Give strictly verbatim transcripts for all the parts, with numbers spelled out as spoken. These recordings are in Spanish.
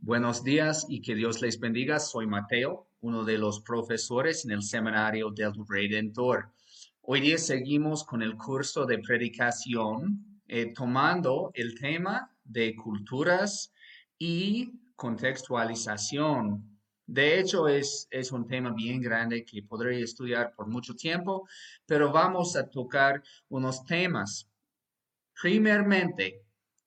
Buenos días y que Dios les bendiga. Soy Mateo, uno de los profesores en el Seminario del Redentor. Hoy día seguimos con el curso de predicación, eh, tomando el tema de culturas y contextualización. De hecho, es, es un tema bien grande que podré estudiar por mucho tiempo, pero vamos a tocar unos temas. Primeramente,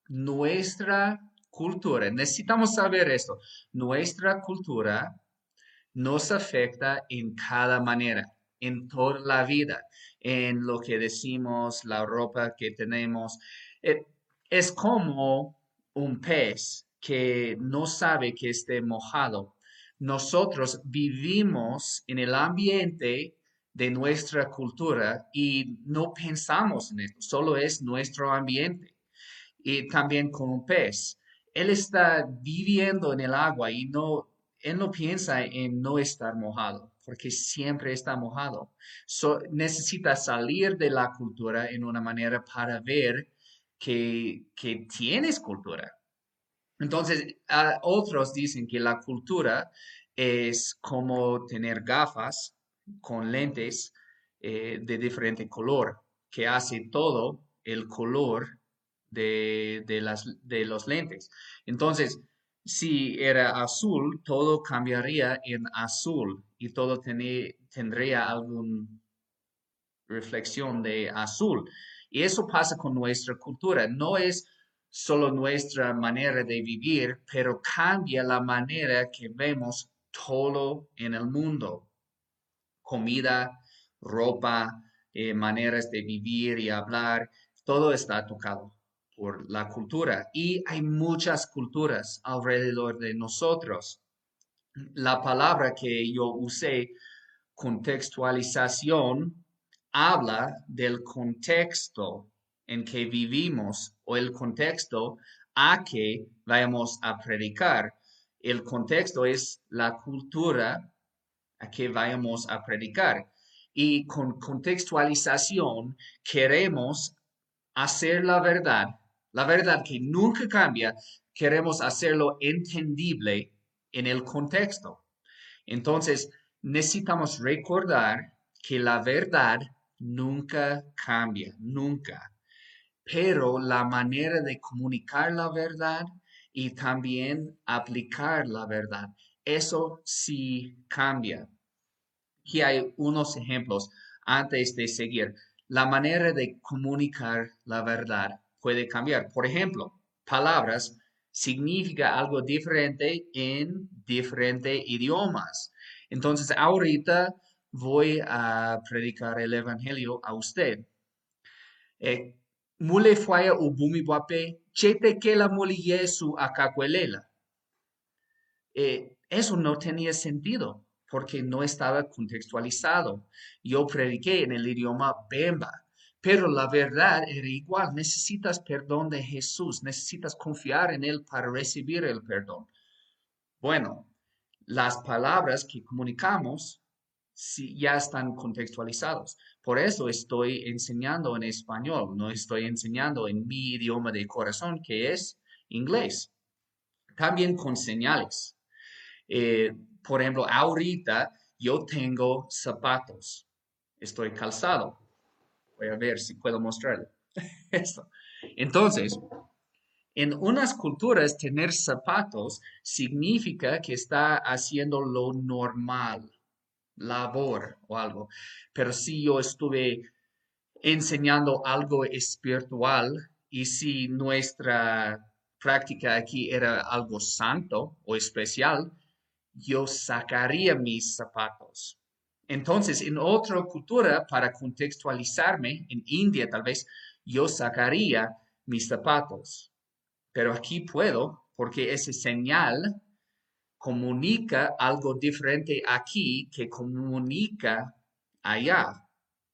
nuestra cultura, necesitamos saber esto, nuestra cultura nos afecta en cada manera, en toda la vida, en lo que decimos, la ropa que tenemos. Eh, Es como un pez que no sabe que esté mojado. Nosotros vivimos en el ambiente de nuestra cultura y no pensamos en esto, solo es nuestro ambiente. Y también con un pez. Él está viviendo en el agua y no, él no piensa en no estar mojado, porque siempre está mojado. So, necesita salir de la cultura en una manera para ver que, que tienes cultura. Entonces, a- otros dicen que la cultura es como tener gafas con lentes eh, de diferente color, que hace todo el color de, de las, de los lentes. Entonces, si era azul, todo cambiaría en azul y todo teni- tendría alguna reflexión de azul. Y eso pasa con nuestra cultura. No es solo nuestra manera de vivir, pero cambia la manera que vemos todo en el mundo. Comida, ropa, eh, maneras de vivir y hablar, todo está tocado por la cultura. Y hay muchas culturas alrededor de nosotros. La palabra que yo usé, contextualización, habla del contexto en que vivimos o el contexto a que vayamos a predicar. El contexto es la cultura a que vayamos a predicar. Y con contextualización queremos hacer la verdad, la verdad que nunca cambia, queremos hacerlo entendible en el contexto. Entonces, necesitamos recordar que la verdad nunca cambia, nunca. Pero la manera de comunicar la verdad y también aplicar la verdad, eso sí cambia. Aquí hay unos ejemplos antes de seguir. La manera de comunicar la verdad puede cambiar. Por ejemplo, palabras significa algo diferente en diferentes idiomas. Entonces, ahorita voy a predicar el evangelio a usted. Eh, Mule fue ubumi wape, chete que la muli yesu akakwelela. Eh, eso no tenía sentido porque no estaba contextualizado. Yo prediqué en el idioma Bemba, pero la verdad era igual. Necesitas perdón de Jesús, necesitas confiar en Él para recibir el perdón. Bueno, las palabras que comunicamos sí, ya están contextualizados. Por eso estoy enseñando en español, no estoy enseñando en mi idioma de corazón, que es inglés. También con señales. Eh, por ejemplo, ahorita yo tengo zapatos, estoy calzado. Voy a ver si puedo mostrarle esto. Entonces, en unas culturas tener zapatos significa que está haciendo lo normal, labor o algo. Pero si yo estuve enseñando algo espiritual y si nuestra práctica aquí era algo santo o especial, yo sacaría mis zapatos. Entonces, en otra cultura, para contextualizarme, en India tal vez, yo sacaría mis zapatos. Pero aquí puedo, porque esa señal comunica algo diferente aquí que comunica allá.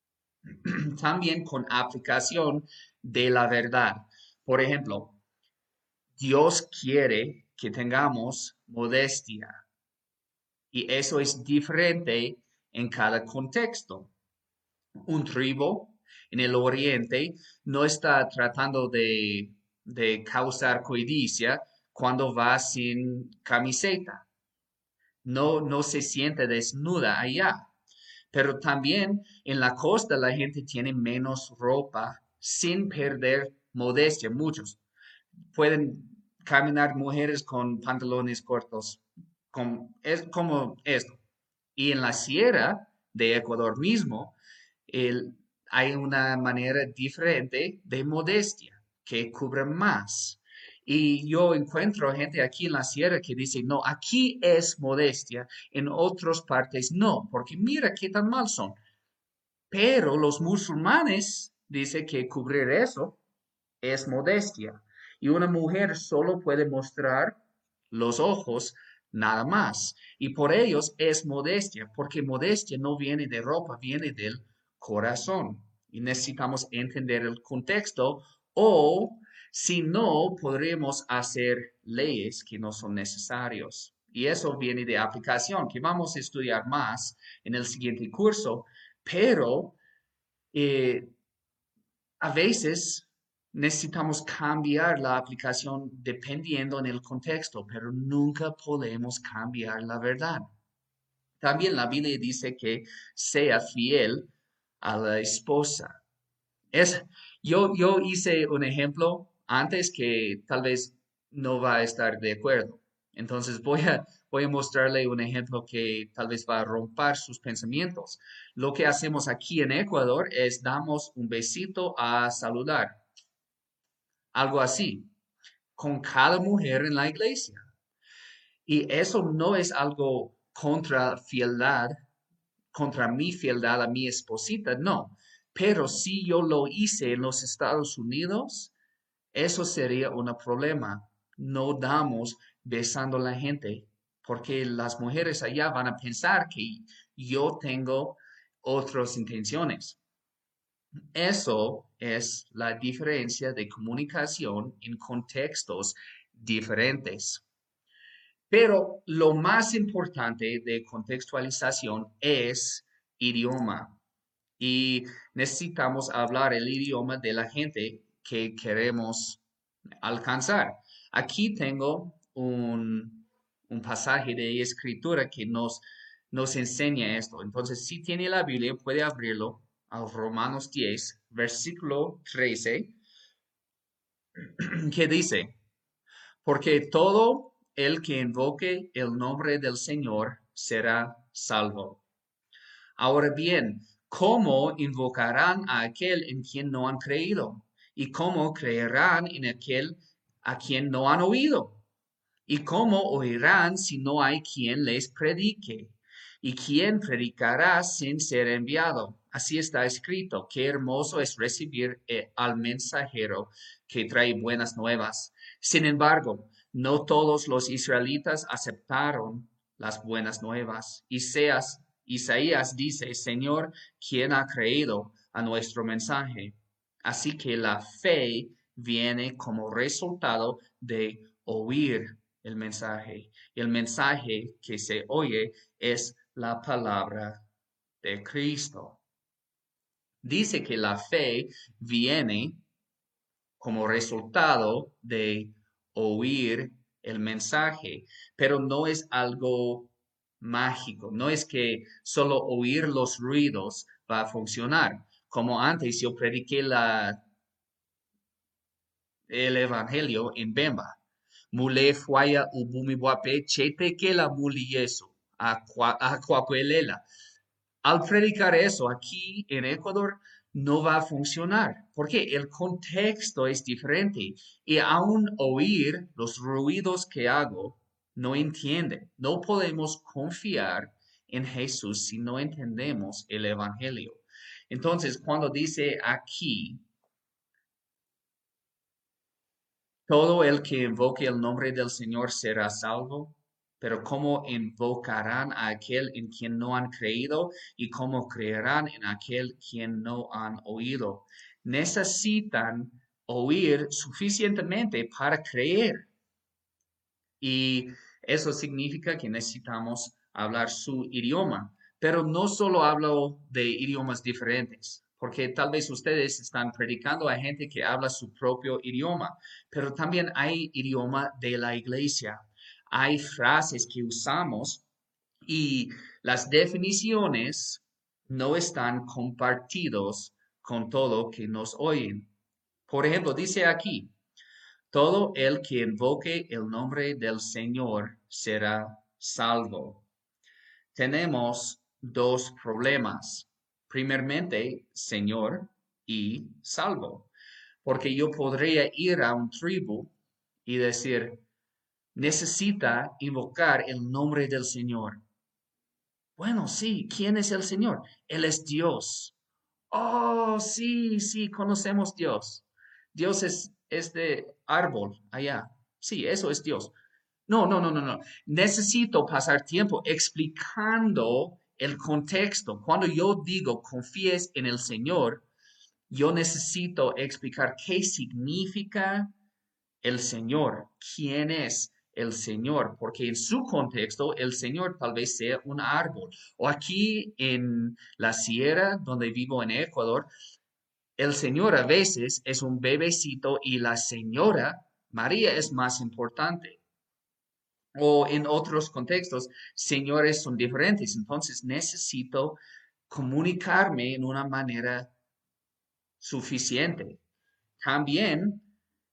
También con aplicación de la verdad. Por ejemplo, Dios quiere que tengamos modestia. Y eso es diferente en cada contexto. Un tribu en el oriente no está tratando de, de causar codicia cuando va sin camiseta. No, no se siente desnuda allá. Pero también en la costa la gente tiene menos ropa sin perder modestia. Muchos pueden caminar mujeres con pantalones cortos, con, es como esto. Y en la sierra de Ecuador mismo, el- hay una manera diferente de modestia que cubre más. Y yo encuentro gente aquí en la sierra que dice, no, aquí es modestia, en otras partes no, porque mira qué tan mal son. Pero los musulmanes dicen que cubrir eso es modestia. Y una mujer solo puede mostrar los ojos nada más. Y por ellos es modestia, porque modestia no viene de ropa, viene del corazón. Y necesitamos entender el contexto o si no, podremos hacer leyes que no son necesarios. Y eso viene de aplicación, que vamos a estudiar más en el siguiente curso, pero eh, a veces necesitamos cambiar la aplicación dependiendo en el contexto, pero nunca podemos cambiar la verdad. También la Biblia dice que sea fiel a la esposa. Es, yo, yo hice un ejemplo antes que tal vez no va a estar de acuerdo. Entonces voy a, voy a mostrarle un ejemplo que tal vez va a romper sus pensamientos. Lo que hacemos aquí en Ecuador es damos un besito a saludar, algo así, con cada mujer en la iglesia. Y eso no es algo contra fieldad, contra mi fieldad a mi esposita, no. Pero si yo lo hice en los Estados Unidos, eso sería un problema. No damos besando a la gente porque las mujeres allá van a pensar que yo tengo otras intenciones. Eso es la diferencia de comunicación en contextos diferentes. Pero lo más importante de contextualización es idioma. Y necesitamos hablar el idioma de la gente que queremos alcanzar. Aquí tengo un, un pasaje de escritura que nos, nos enseña esto. Entonces, si tiene la Biblia, puede abrirlo a Romanos diez, versículo trece, que dice, porque todo el que invoque el nombre del Señor será salvo. Ahora bien, ¿cómo invocarán a aquel en quien no han creído? ¿Y cómo creerán en aquel a quien no han oído? ¿Y cómo oirán si no hay quien les predique? ¿Y quién predicará sin ser enviado? Así está escrito, qué hermoso es recibir eh, al mensajero que trae buenas nuevas. Sin embargo, no todos los israelitas aceptaron las buenas nuevas. Isaías, Isaías dice, Señor, ¿quién ha creído a nuestro mensaje? Así que la fe viene como resultado de oír el mensaje. Y el mensaje que se oye es la palabra de Cristo. Dice que la fe viene como resultado de oír el mensaje, pero no es algo mágico, no es que solo oír los ruidos va a funcionar. Como antes yo prediqué la, el evangelio en Bemba. Mule fuaya ubumi wape chete que la muli yeso, aquacuelela. Al predicar eso aquí en Ecuador no va a funcionar porque el contexto es diferente y aún oír los ruidos que hago no entiende. No podemos confiar en Jesús si no entendemos el evangelio. Entonces, cuando dice aquí, todo el que invoque el nombre del Señor será salvo, pero ¿cómo invocarán a aquel en quien no han creído y cómo creerán en aquel quien no han oído? Necesitan oír suficientemente para creer. Y eso significa que necesitamos hablar su idioma. Pero no solo hablo de idiomas diferentes. porque tal vez ustedes están predicando a gente que habla su propio idioma, pero también hay idioma de la iglesia. Hay frases que usamos y las definiciones no están compartidos con todo que nos oyen. Por ejemplo, dice aquí, todo el que invoque el nombre del Señor será salvo. Tenemos dos problemas. Primeramente, Señor y salvo. Porque yo podría ir a un tribu y decir, necesita invocar el nombre del Señor. Bueno, sí, ¿quién es el Señor? Él es Dios. Oh, sí, sí, conocemos Dios. Dios es este árbol allá. Sí, eso es Dios. No, no, no, no, no. Necesito pasar tiempo explicando el contexto. Cuando yo digo confíes en el Señor, yo necesito explicar qué significa el Señor, quién es el Señor, porque en su contexto el Señor tal vez sea un árbol. O aquí en la sierra donde vivo en Ecuador, el Señor a veces es un bebecito y la señora María es más importante. O en otros contextos, señores son diferentes. Entonces necesito comunicarme en una manera suficiente. También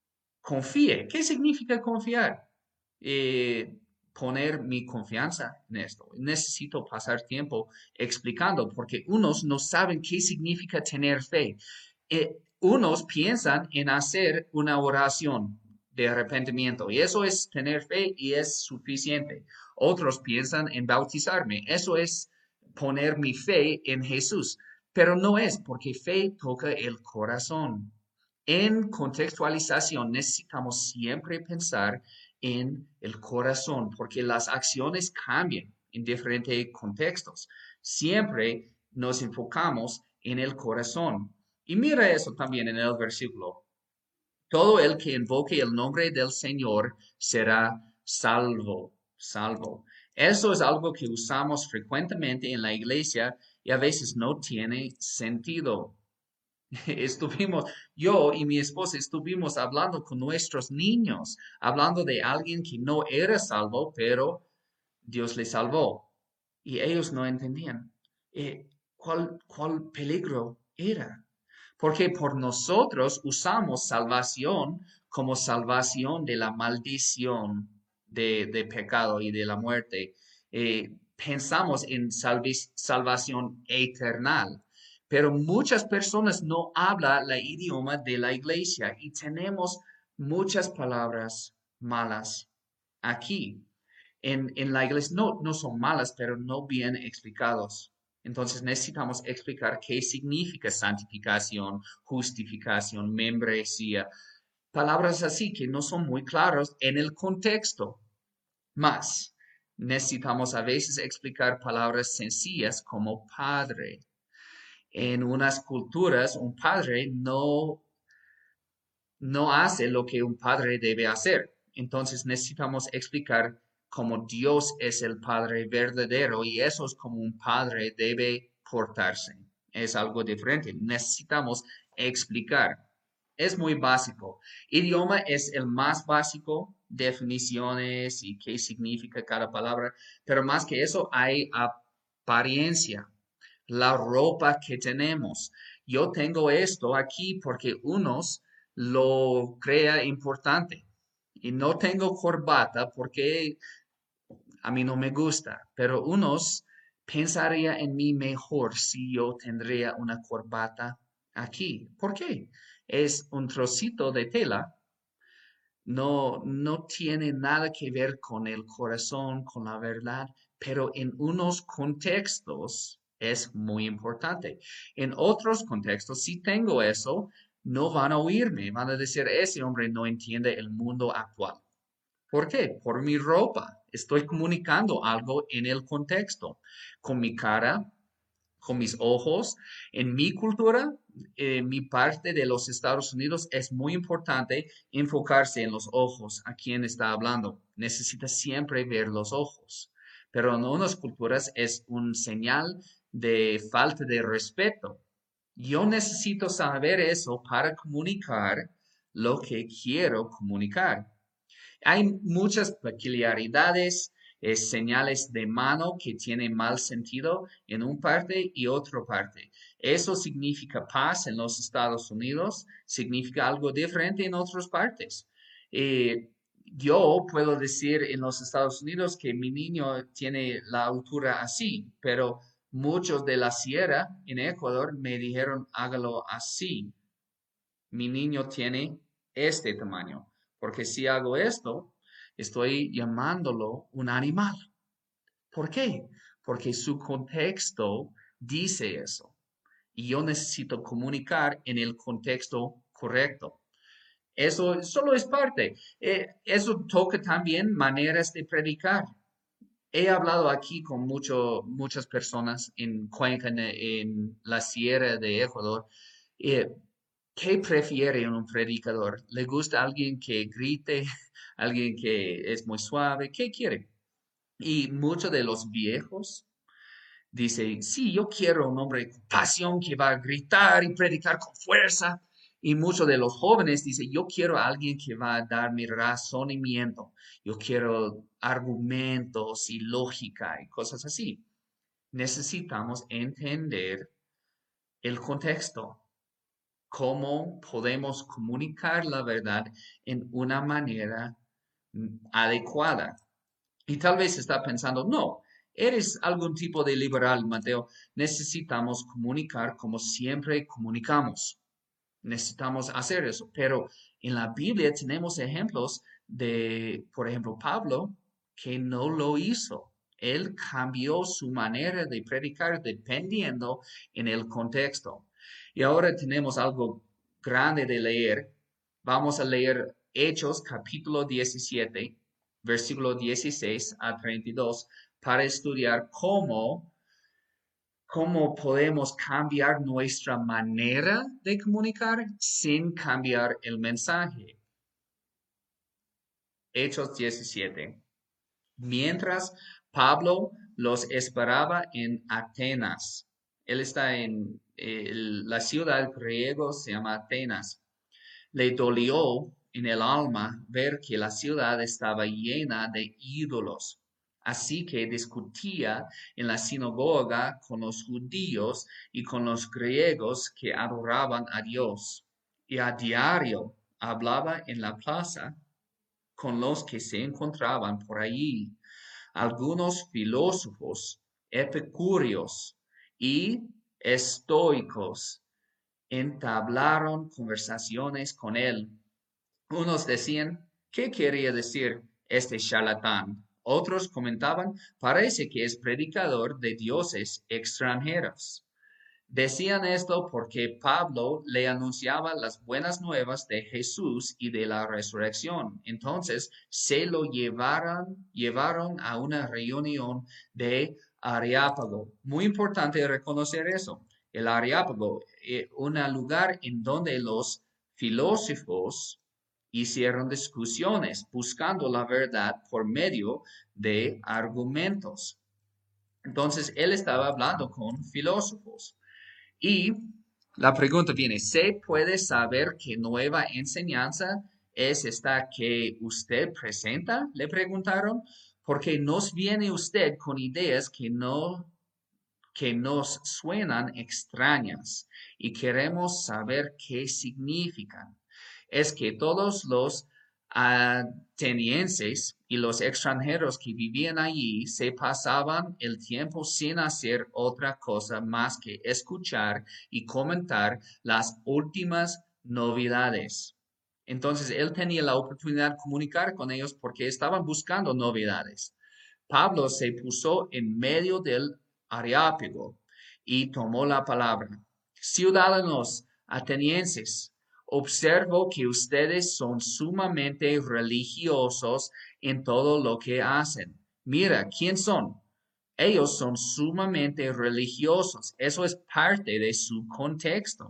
confíe. ¿Qué significa confiar? Eh, poner mi confianza en esto. Necesito pasar tiempo explicando porque unos no saben qué significa tener fe. Eh, unos piensan en hacer una oración de arrepentimiento y eso es tener fe y es suficiente. Otros piensan en bautizarme. Eso es poner mi fe en Jesús, pero no es porque fe toca el corazón. En contextualización necesitamos siempre pensar en el corazón, porque las acciones cambian en diferentes contextos. Siempre nos enfocamos en el corazón. Y mira eso también en el versículo. Todo el que invoque el nombre del Señor será salvo, salvo. Eso es algo que usamos frecuentemente en la iglesia y a veces no tiene sentido. Estuvimos, yo y mi esposa estuvimos hablando con nuestros niños, hablando de alguien que no era salvo, pero Dios le salvó. Y ellos no entendían eh, cuál, cuál peligro era. Porque por nosotros usamos salvación como salvación de la maldición de, de pecado y de la muerte. Eh, pensamos en salvis- salvación eterna. Pero muchas personas no hablan el idioma de la iglesia y tenemos muchas palabras malas aquí. En, en la iglesia no, no son malas, pero no bien explicados. Entonces necesitamos explicar qué significa santificación, justificación, membresía. Palabras así que no son muy claras en el contexto. Más, necesitamos a veces explicar palabras sencillas como padre. En unas culturas, un padre no, no hace lo que un padre debe hacer. Entonces necesitamos explicar cómo Dios es el Padre verdadero y eso es como un padre debe portarse. Es algo diferente. Necesitamos explicar. Es muy básico. Idioma es el más básico, definiciones y qué significa cada palabra, pero más que eso hay apariencia, la ropa que tenemos. Yo tengo esto aquí porque unos lo crea importante. Y no tengo corbata porque a mí no me gusta, pero unos pensaría en mí mejor si yo tendría una corbata aquí. ¿Por qué? Es un trocito de tela, no, no tiene nada que ver con el corazón, con la verdad, pero en unos contextos es muy importante. En otros contextos, si tengo eso, no van a oírme, van a decir, ese hombre no entiende el mundo actual. ¿Por qué? Por mi ropa. Estoy comunicando algo en el contexto. Con mi cara, con mis ojos. En mi cultura, en mi parte de los Estados Unidos, es muy importante enfocarse en los ojos a quien está hablando. Necesita siempre ver los ojos. Pero en unas culturas es un señal de falta de respeto Yo necesito saber eso para comunicar lo que quiero comunicar. Hay muchas peculiaridades, eh, señales de mano que tienen mal sentido en una parte y otra parte. Eso significa paz en los Estados Unidos, significa algo diferente en otras partes. Eh, yo puedo decir en los Estados Unidos que mi niño tiene la altura así, pero muchos de la sierra en Ecuador me dijeron hágalo así. Mi niño tiene este tamaño, porque si hago esto, estoy llamándolo un animal. ¿Por qué? Porque su contexto dice eso. Y yo necesito comunicar en el contexto correcto. Eso solo es parte. Eh, eso toca también maneras de predicar. He hablado aquí con mucho, muchas personas en Cuenca, en, en la sierra de Ecuador. Eh, ¿Qué prefiere un predicador? ¿Le gusta alguien que grite, alguien que es muy suave? ¿Qué quiere? Y muchos de los viejos dicen, sí, yo quiero un hombre con pasión que va a gritar y predicar con fuerza. Y muchos de los jóvenes dicen, yo quiero a alguien que va a dar mi razonamiento. Yo quiero argumentos y lógica y cosas así. Necesitamos entender el contexto, cómo podemos comunicar la verdad en una manera mm, adecuada. Y tal vez está pensando, no, eres algún tipo de liberal, Mateo. Necesitamos comunicar como siempre comunicamos. Necesitamos hacer eso. Pero en la Biblia tenemos ejemplos de, por ejemplo, Pablo, que no lo hizo. Él cambió su manera de predicar dependiendo en el contexto. Y ahora tenemos algo grande de leer. Vamos a leer Hechos capítulo diecisiete, versículo dieciséis a treinta y dos, para estudiar cómo, cómo podemos cambiar nuestra manera de comunicar sin cambiar el mensaje. Hechos diecisiete. Mientras Pablo los esperaba en Atenas. Él está en eh, la ciudad griego, se llama Atenas. Le dolió en el alma ver que la ciudad estaba llena de ídolos. Así que discutía en la sinagoga con los judíos y con los griegos que adoraban a Dios. Y a diario hablaba en la plaza con los que se encontraban por allí. Algunos filósofos, epicúreos y estoicos entablaron conversaciones con él. Unos decían, ¿qué quería decir este charlatán? Otros comentaban, parece que es predicador de dioses extranjeros. Decían esto porque Pablo le anunciaba las buenas nuevas de Jesús y de la resurrección. Entonces se lo llevaron, llevaron a una reunión de Areópago. Muy importante reconocer eso. El Areópago, eh, un lugar en donde los filósofos hicieron discusiones buscando la verdad por medio de argumentos. Entonces él estaba hablando con filósofos. Y la pregunta viene, ¿se puede saber qué nueva enseñanza es esta que usted presenta? Le preguntaron, porque nos viene usted con ideas que no, que nos suenan extrañas y queremos saber qué significan. Es que todos los atenienses y los extranjeros que vivían allí se pasaban el tiempo sin hacer otra cosa más que escuchar y comentar las últimas novedades. Entonces él tenía la oportunidad de comunicar con ellos porque estaban buscando novedades. Pablo se puso en medio del Areópago y tomó la palabra. Ciudadanos atenienses, observo que ustedes son sumamente religiosos en todo lo que hacen. Mira, ¿quién son? Ellos son sumamente religiosos. Eso es parte de su contexto.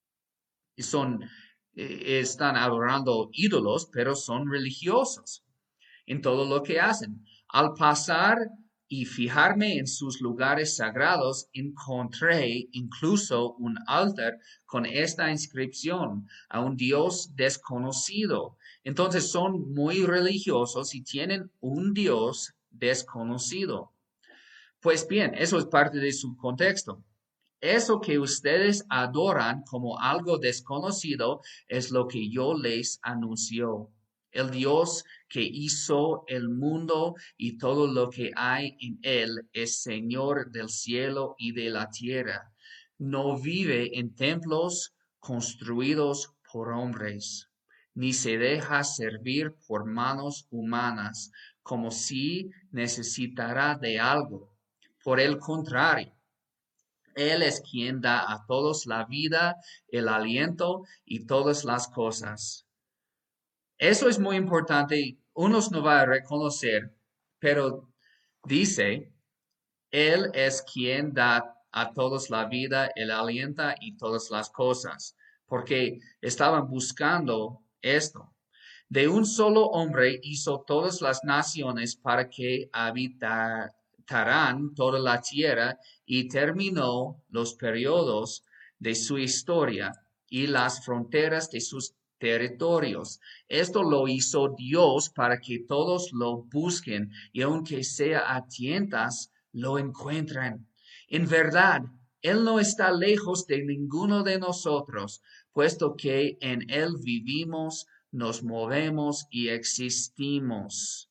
Son, eh, están adorando ídolos, pero son religiosos en todo lo que hacen. Al pasar y fijarme en sus lugares sagrados, encontré incluso un altar con esta inscripción: a un Dios desconocido. Entonces son muy religiosos y tienen un Dios desconocido. Pues bien, eso es parte de su contexto. Eso que ustedes adoran como algo desconocido es lo que yo les anunció. El Dios que hizo el mundo y todo lo que hay en él es Señor del cielo y de la tierra. No vive en templos construidos por hombres, ni se deja servir por manos humanas, como si necesitara de algo. Por el contrario, él es quien da a todos la vida, el aliento y todas las cosas. Eso es muy importante. Unos no va a reconocer, pero dice, Él es quien da a todos la vida, el alienta y todas las cosas, porque estaban buscando esto. De un solo hombre hizo todas las naciones para que habitaran toda la tierra y terminó los periodos de su historia y las fronteras de sus territorios. Esto lo hizo Dios para que todos lo busquen y aunque sea a tientas, lo encuentren. En verdad, Él no está lejos de ninguno de nosotros, puesto que en Él vivimos, nos movemos y existimos.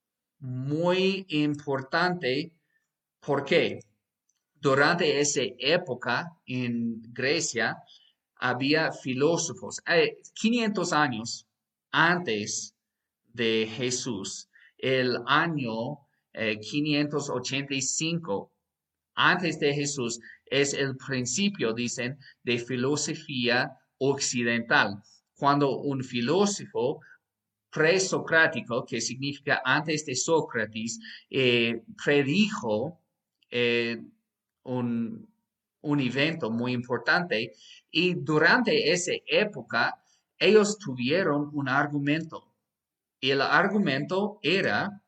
Muy importante, porque durante esa época en Grecia había filósofos, eh, quinientos años antes de Jesús, el año eh, quinientos ochenta y cinco antes de Jesús, es el principio, dicen, de filosofía occidental. Cuando un filósofo presocrático, que significa antes de Sócrates, eh, predijo eh, un, un evento muy importante y durante esa época ellos tuvieron un argumento y el argumento era: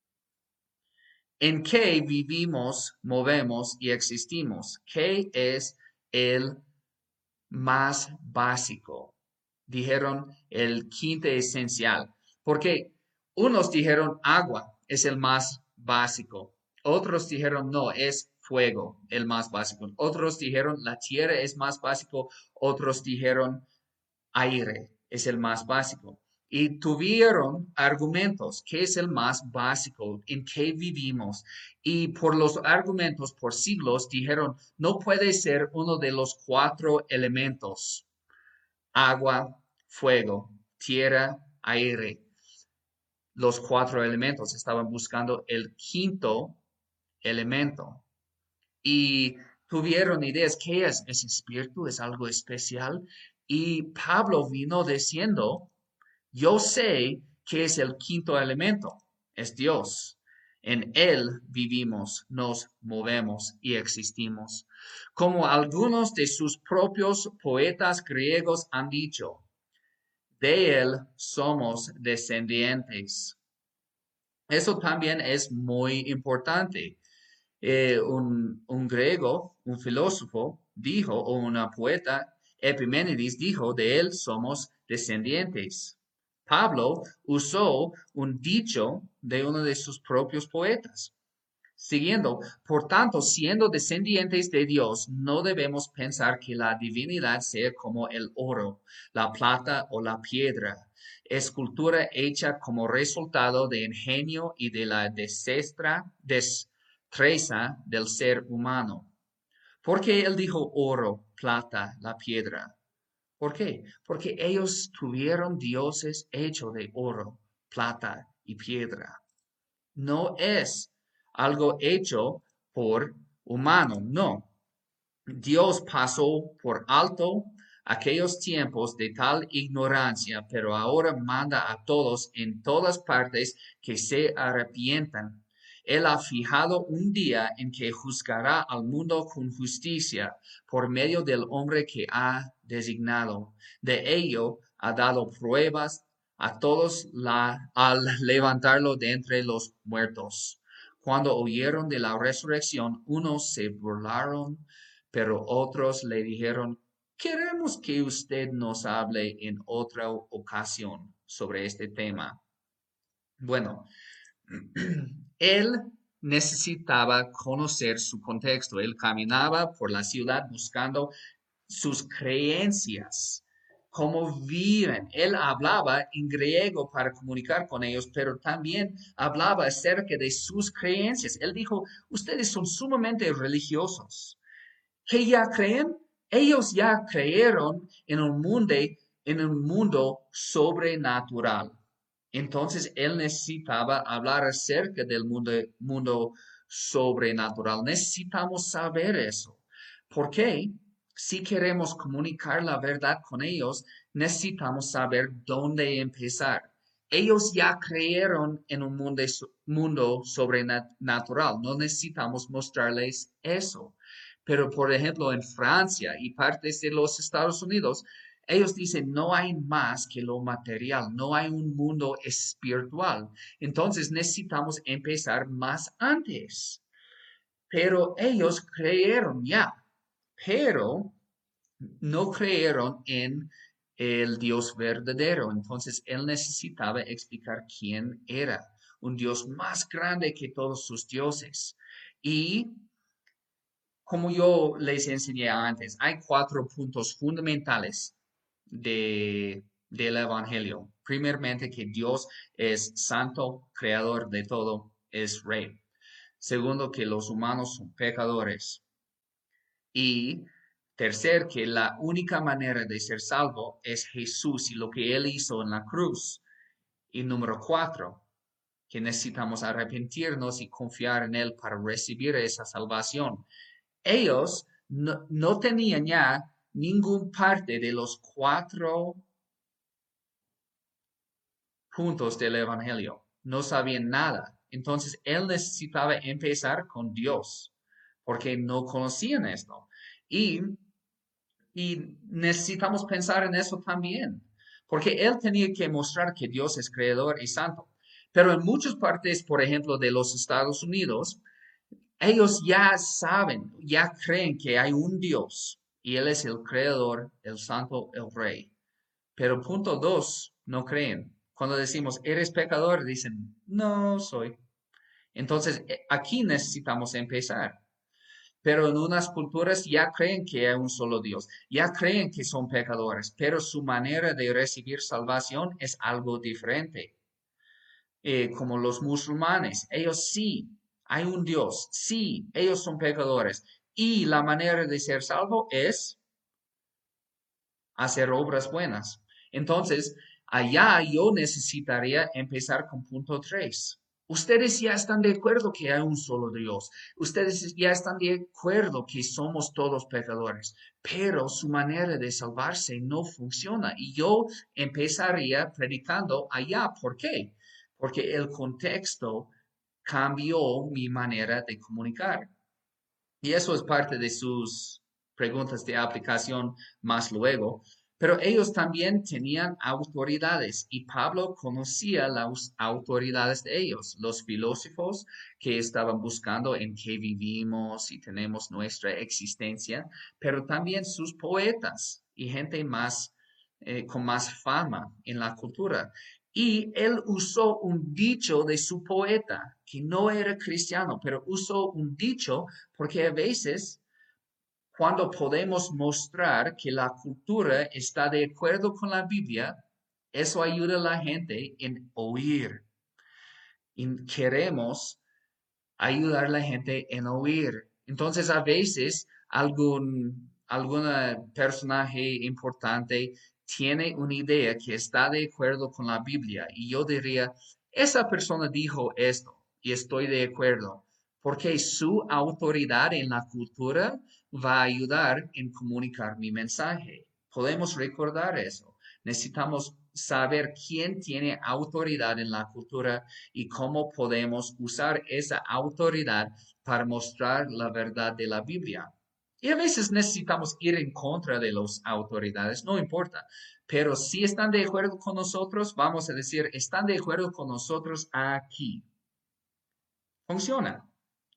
¿en qué vivimos, movemos y existimos? ¿Qué es el más básico? Dijeron el quinto esencial, porque unos dijeron agua es el más básico, otros dijeron no, es fuego el más básico, otros dijeron la tierra es más básico, otros dijeron aire es el más básico. Y tuvieron argumentos, ¿qué es el más básico? ¿En qué vivimos? Y por los argumentos por siglos dijeron, no puede ser uno de los cuatro elementos: agua, fuego, tierra, aire. Los cuatro elementos estaban buscando el quinto elemento. Y tuvieron ideas, ¿qué es? ¿Es espíritu? ¿Es algo especial? Y Pablo vino diciendo, yo sé que es el quinto elemento, es Dios. En Él vivimos, nos movemos y existimos. Como algunos de sus propios poetas griegos han dicho, de Él somos descendientes. Eso también es muy importante. Eh, un, un griego, un filósofo, dijo, o una poeta, Epiménides dijo, de él somos descendientes. Pablo usó un dicho de uno de sus propios poetas. Siguiendo, por tanto, siendo descendientes de Dios, no debemos pensar que la divinidad sea como el oro, la plata o la piedra, escultura hecha como resultado de ingenio y de la desestra, destreza del ser humano. ¿Por qué él dijo oro, plata, la piedra? ¿Por qué? Porque ellos tuvieron dioses hechos de oro, plata y piedra. No es algo hecho por humano, no. Dios pasó por alto aquellos tiempos de tal ignorancia, pero ahora manda a todos en todas partes que se arrepientan. Él ha fijado un día en que juzgará al mundo con justicia por medio del hombre que ha designado. De ello ha dado pruebas a todos la, al levantarlo de entre los muertos. Cuando oyeron de la resurrección, unos se burlaron, pero otros le dijeron, queremos que usted nos hable en otra ocasión sobre este tema. Bueno, él necesitaba conocer su contexto. Él caminaba por la ciudad buscando sus creencias, cómo viven. Él hablaba en griego para comunicar con ellos, pero también hablaba acerca de sus creencias. Él dijo, ustedes son sumamente religiosos. ¿Qué ya creen? Ellos ya creyeron en un mundo, en un mundo sobrenatural. Entonces él necesitaba hablar acerca del mundo, mundo sobrenatural. Necesitamos saber eso. ¿Por qué? Si queremos comunicar la verdad con ellos, necesitamos saber dónde empezar. Ellos ya creyeron en un mundo, mundo sobrenatural. No necesitamos mostrarles eso. Pero, por ejemplo, en Francia y partes de los Estados Unidos, ellos dicen, no hay más que lo material, no hay un mundo espiritual. Entonces necesitamos empezar más antes. Pero ellos creyeron ya, pero no creyeron en el Dios verdadero. Entonces él necesitaba explicar quién era, un Dios más grande que todos sus dioses. Y como yo les enseñé antes, hay cuatro puntos fundamentales de, del Evangelio. Primeramente, que Dios es santo, creador de todo, es rey. Segundo, que los humanos son pecadores. Y tercer, que la única manera de ser salvo es Jesús y lo que Él hizo en la cruz. Y número cuatro, que necesitamos arrepentirnos y confiar en Él para recibir esa salvación. Ellos no, no tenían ya ningún parte de los cuatro puntos del Evangelio. No sabían nada. Entonces, él necesitaba empezar con Dios, porque no conocían esto. Y, y necesitamos pensar en eso también, porque él tenía que mostrar que Dios es creador y santo. Pero en muchas partes, por ejemplo, de los Estados Unidos, ellos ya saben, ya creen que hay un Dios y Él es el creador, el santo, el rey. Pero punto dos, no creen. Cuando decimos, eres pecador, dicen, no soy. Entonces, eh, aquí necesitamos empezar. Pero en unas culturas ya creen que hay un solo Dios, ya creen que son pecadores, pero su manera de recibir salvación es algo diferente. Eh, como los musulmanes, ellos sí, hay un Dios, sí, ellos son pecadores. Y la manera de ser salvo es hacer obras buenas. Entonces, allá yo necesitaría empezar con punto tres. Ustedes ya están de acuerdo que hay un solo Dios. Ustedes ya están de acuerdo que somos todos pecadores, pero su manera de salvarse no funciona. Y yo empezaría predicando allá. ¿Por qué? Porque el contexto cambió mi manera de comunicar. Y eso es parte de sus preguntas de aplicación más luego. Pero ellos también tenían autoridades y Pablo conocía las autoridades de ellos, los filósofos que estaban buscando en qué vivimos y tenemos nuestra existencia, pero también sus poetas y gente más eh, con más fama en la cultura. Y él usó un dicho de su poeta, que no era cristiano, pero usó un dicho porque a veces cuando podemos mostrar que la cultura está de acuerdo con la Biblia, eso ayuda a la gente en oír. Y queremos ayudar a la gente en oír. Entonces, a veces, algún, algún personaje importante tiene una idea que está de acuerdo con la Biblia y yo diría, esa persona dijo esto y estoy de acuerdo, porque su autoridad en la cultura va a ayudar en comunicar mi mensaje. Podemos recordar eso. Necesitamos saber quién tiene autoridad en la cultura y cómo podemos usar esa autoridad para mostrar la verdad de la Biblia. Y a veces necesitamos ir en contra de las autoridades, no importa. Pero si están de acuerdo con nosotros, vamos a decir, están de acuerdo con nosotros aquí. funciona.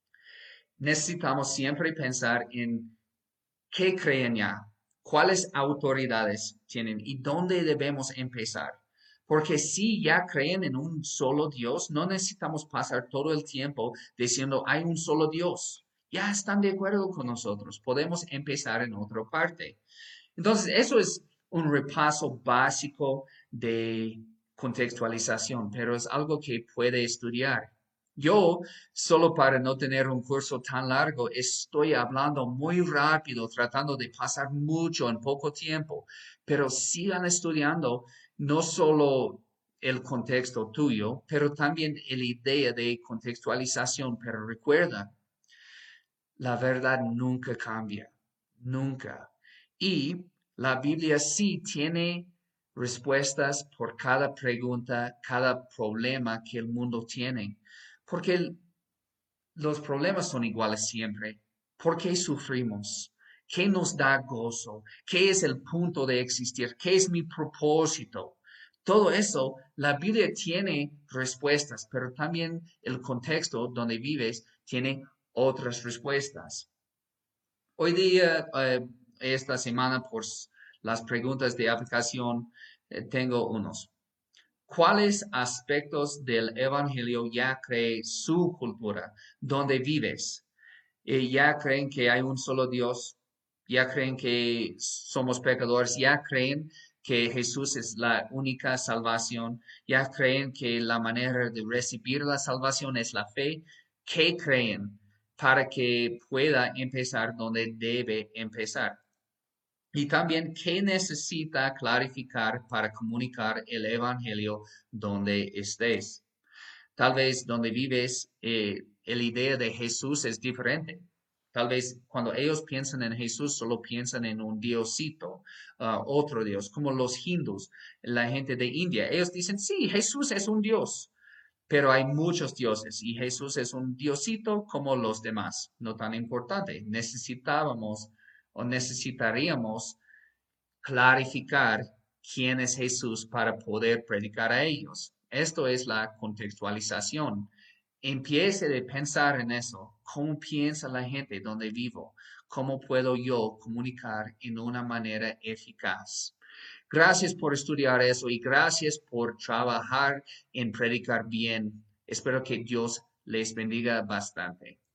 Necesitamos siempre pensar en qué creen ya, cuáles autoridades tienen y dónde debemos empezar. Porque si ya creen en un solo Dios, no necesitamos pasar todo el tiempo diciendo hay un solo Dios. Ya están de acuerdo con nosotros. Podemos empezar en otra parte. Entonces, eso es un repaso básico de contextualización, pero es algo que puede estudiar. Yo, solo para no tener un curso tan largo, estoy hablando muy rápido, tratando de pasar mucho en poco tiempo, pero sigan estudiando no solo el contexto tuyo, pero también la idea de contextualización. Pero recuerda, la verdad nunca cambia, nunca. Y la Biblia sí tiene respuestas por cada pregunta, cada problema que el mundo tiene, porque el- los problemas son iguales siempre. ¿Por qué sufrimos? ¿Qué nos da gozo? ¿Qué es el punto de existir? ¿Qué es mi propósito? Todo eso, la Biblia tiene respuestas, pero también el contexto donde vives tiene otras respuestas. Hoy día, eh, esta semana, por s- las preguntas de aplicación, eh, tengo unos. ¿Cuáles aspectos del Evangelio ya cree su cultura, donde vives? Eh, ¿ya creen que hay un solo Dios? ¿Ya creen que somos pecadores? ¿Ya creen que Jesús es la única salvación? ¿Ya creen que la manera de recibir la salvación es la fe? ¿Qué creen para que pueda empezar donde debe empezar? Y también, ¿qué necesita clarificar para comunicar el Evangelio donde estés? Tal vez donde vives, eh, la idea de Jesús es diferente. Tal vez cuando ellos piensan en Jesús, solo piensan en un diosito, ah, otro Dios, como los hindús, la gente de India. Ellos dicen, sí, Jesús es un Dios, pero hay muchos dioses y Jesús es un diosito como los demás, no tan importante. Necesitábamos o necesitaríamos clarificar quién es Jesús para poder predicar a ellos. Esto es la contextualización. Empiece de pensar en eso. ¿Cómo piensa la gente donde vivo? ¿Cómo puedo yo comunicar en una manera eficaz? Gracias por estudiar eso y gracias por trabajar en predicar bien. Espero que Dios les bendiga bastante.